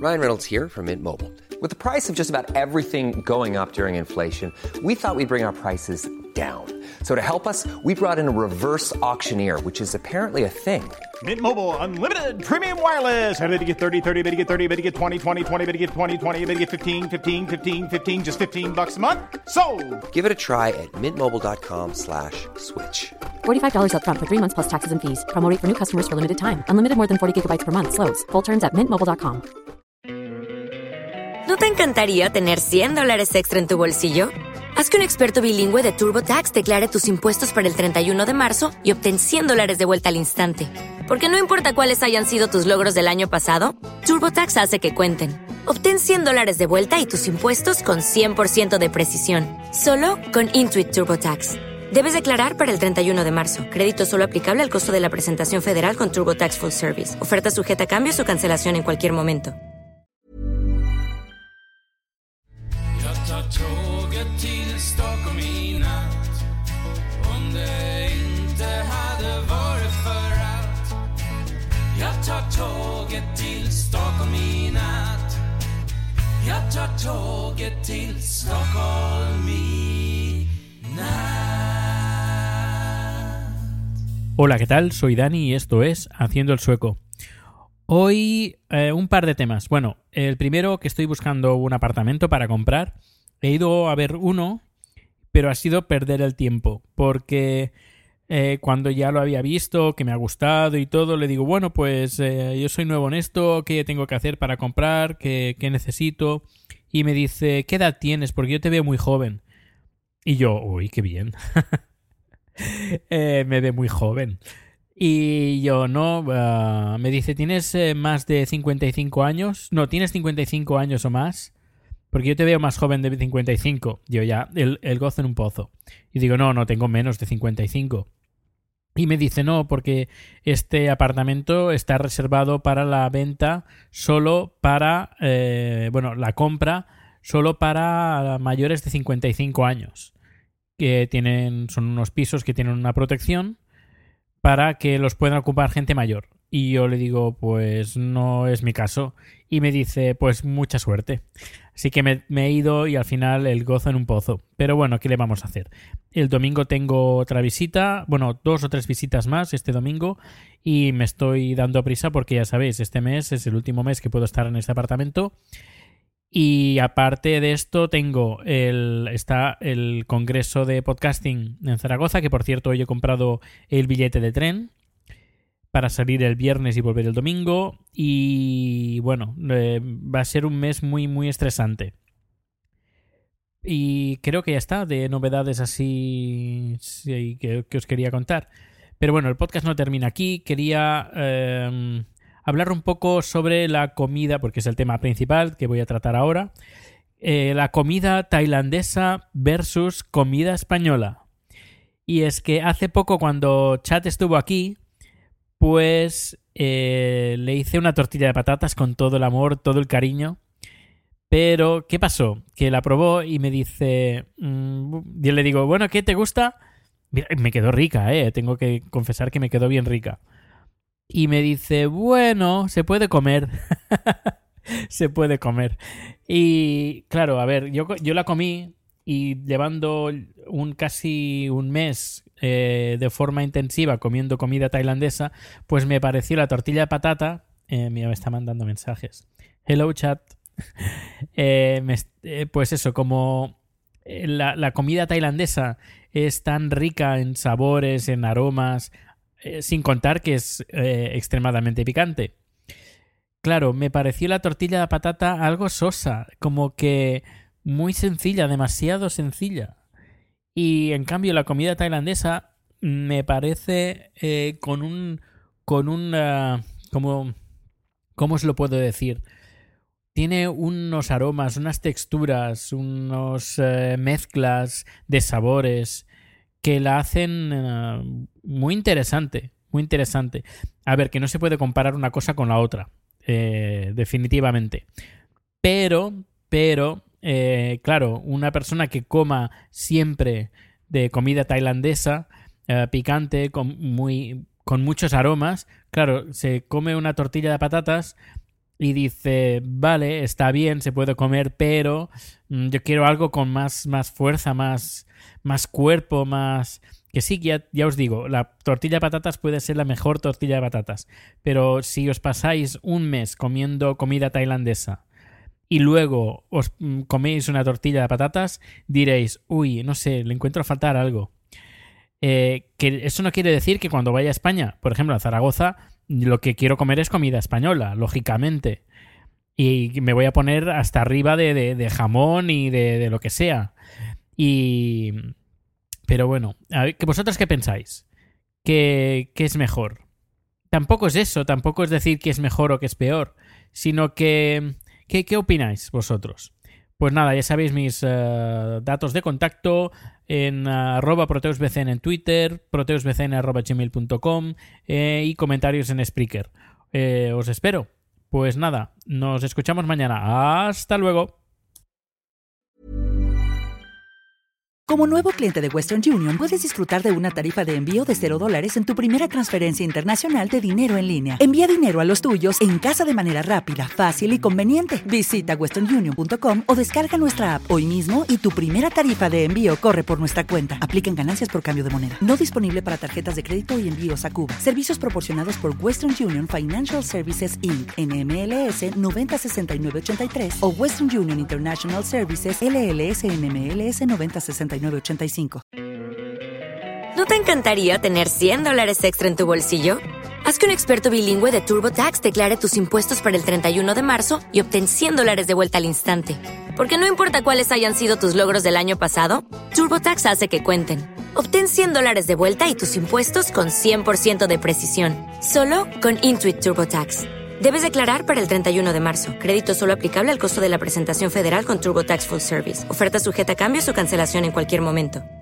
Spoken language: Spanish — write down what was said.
Ryan Reynolds here from Mint Mobile. With the price of just about everything going up during inflation, we thought we'd bring our prices down. So to help us, we brought in a reverse auctioneer, which is apparently a thing. Mint Mobile Unlimited Premium Wireless. How to get 30, 30, bit to get 30, bit to get 20, 20, 20, bit to get 20, 20, bit to get 15, 15, 15, 15, just $15 a month? Sold! Give it a try at mintmobile.com/switch. $45 up front for 3 months plus taxes and fees. Promo rate for new customers for limited time. Unlimited more than 40 gigabytes per month. Slows full terms at mintmobile.com. ¿No te encantaría tener $100 extra en tu bolsillo? Haz que un experto bilingüe de TurboTax declare tus impuestos para el 31 de marzo y obtén $100 de vuelta al instante. Porque no importa cuáles hayan sido tus logros del año pasado, TurboTax hace que cuenten. Obtén $100 de vuelta y tus impuestos con 100% de precisión. Solo con Intuit TurboTax. Debes declarar para el 31 de marzo. Crédito solo aplicable al costo de la presentación federal con TurboTax Full Service. Oferta sujeta a cambios o cancelación en cualquier momento. Jag tar tåget till Stockholm i natt. Om det inte hade varit för att jag tar tåget till Stockholm i natt. Jag tar tåget till Stockholm i natt. Hola, ¿qué tal? Soy Dani y esto es Haciendo el Sueco. Hoy un par de temas. Bueno, el primero, que estoy buscando un apartamento para comprar. He ido a ver uno, pero ha sido perder el tiempo, porque cuando ya lo había visto, que me ha gustado y todo, le digo, bueno, pues yo soy nuevo en esto, ¿qué tengo que hacer para comprar? ¿Qué necesito? Y me dice, ¿qué edad tienes? Porque yo te veo muy joven. Y yo, uy, qué bien. Me ve muy joven. Y yo, no, me dice, ¿tienes más de 55 años? No, ¿tienes 55 años o más? Porque yo te veo más joven de 55. Yo ya, el gozo en un pozo. Y digo, no tengo menos de 55. Y me dice, no, porque este apartamento está reservado para la venta solo para, la compra solo para mayores de 55 años. Que son unos pisos que tienen una protección para que los puedan ocupar gente mayor. Y yo le digo, pues no es mi caso. Y me dice, pues mucha suerte. Así que me he ido y al final el gozo en un pozo. Pero bueno, ¿qué le vamos a hacer? El domingo tengo otra visita, 2 o 3 visitas más este domingo y me estoy dando prisa porque ya sabéis, este mes es el último mes que puedo estar en este apartamento. Y aparte de esto está el congreso de podcasting en Zaragoza, que por cierto hoy he comprado el billete de tren para salir el viernes y volver el domingo. Y bueno, va a ser un mes muy, muy estresante. Y creo que ya está, de novedades así sí, que os quería contar. Pero bueno, el podcast no termina aquí. Quería hablar un poco sobre la comida, porque es el tema principal que voy a tratar ahora. La comida tailandesa versus comida española. Y es que hace poco, cuando Chat estuvo aquí, pues le hice una tortilla de patatas con todo el amor, todo el cariño. Pero, ¿qué pasó? Que la probó y me dice... yo le digo, bueno, ¿qué te gusta? Mira, me quedó rica, tengo que confesar que me quedó bien rica. Y me dice, bueno, se puede comer. Se puede comer. Y claro, a ver, yo la comí y llevando casi un mes de forma intensiva comiendo comida tailandesa, pues me pareció la tortilla de patata... mira, me está mandando mensajes. Hello, chat. Pues eso, como la comida tailandesa es tan rica en sabores, en aromas, sin contar que es extremadamente picante. Claro, me pareció la tortilla de patata algo sosa, como que muy sencilla, demasiado sencilla. Y en cambio la comida tailandesa me parece ¿cómo os lo puedo decir? Tiene unos aromas, unas texturas, unos mezclas de sabores que la hacen muy interesante, muy interesante. A ver, que no se puede comparar una cosa con la otra, definitivamente. Pero, claro, una persona que coma siempre de comida tailandesa, picante, con muchos aromas, claro, se come una tortilla de patatas y dice, vale, está bien, se puede comer, pero yo quiero algo con más fuerza, más cuerpo, más... Que sí, ya os digo, la tortilla de patatas puede ser la mejor tortilla de patatas, pero si os pasáis un mes comiendo comida tailandesa y luego os coméis una tortilla de patatas, diréis, uy, no sé, le encuentro a faltar algo. Que eso no quiere decir que cuando vaya a España, por ejemplo a Zaragoza, lo que quiero comer es comida española, lógicamente. Y me voy a poner hasta arriba de jamón y de lo que sea. Pero bueno, a ver, ¿vosotros qué pensáis? ¿Qué es mejor? Tampoco es eso, tampoco es decir que es mejor o que es peor, sino que... ¿Qué opináis vosotros? Pues nada, ya sabéis mis datos de contacto en @proteusbcn en Twitter, proteusbcn@gmail.com y comentarios en Spreaker. Os espero. Pues nada, nos escuchamos mañana. ¡Hasta luego! Como nuevo cliente de Western Union, puedes disfrutar de una tarifa de envío de $0 en tu primera transferencia internacional de dinero en línea. Envía dinero a los tuyos en casa de manera rápida, fácil y conveniente. Visita westernunion.com o descarga nuestra app hoy mismo y tu primera tarifa de envío corre por nuestra cuenta. Aplican ganancias por cambio de moneda. No disponible para tarjetas de crédito y envíos a Cuba. Servicios proporcionados por Western Union Financial Services Inc. NMLS 906983 o Western Union International Services LLS NMLS 906985. ¿No te encantaría tener $100 extra en tu bolsillo? Haz que un experto bilingüe de TurboTax declare tus impuestos para el 31 de marzo y obtén $100 de vuelta al instante. Porque no importa cuáles hayan sido tus logros del año pasado, TurboTax hace que cuenten. Obtén $100 de vuelta y tus impuestos con 100% de precisión. Solo con Intuit TurboTax. Debes declarar para el 31 de marzo. Crédito solo aplicable al costo de la presentación federal con TurboTax Full Service. Oferta sujeta a cambios o cancelación en cualquier momento.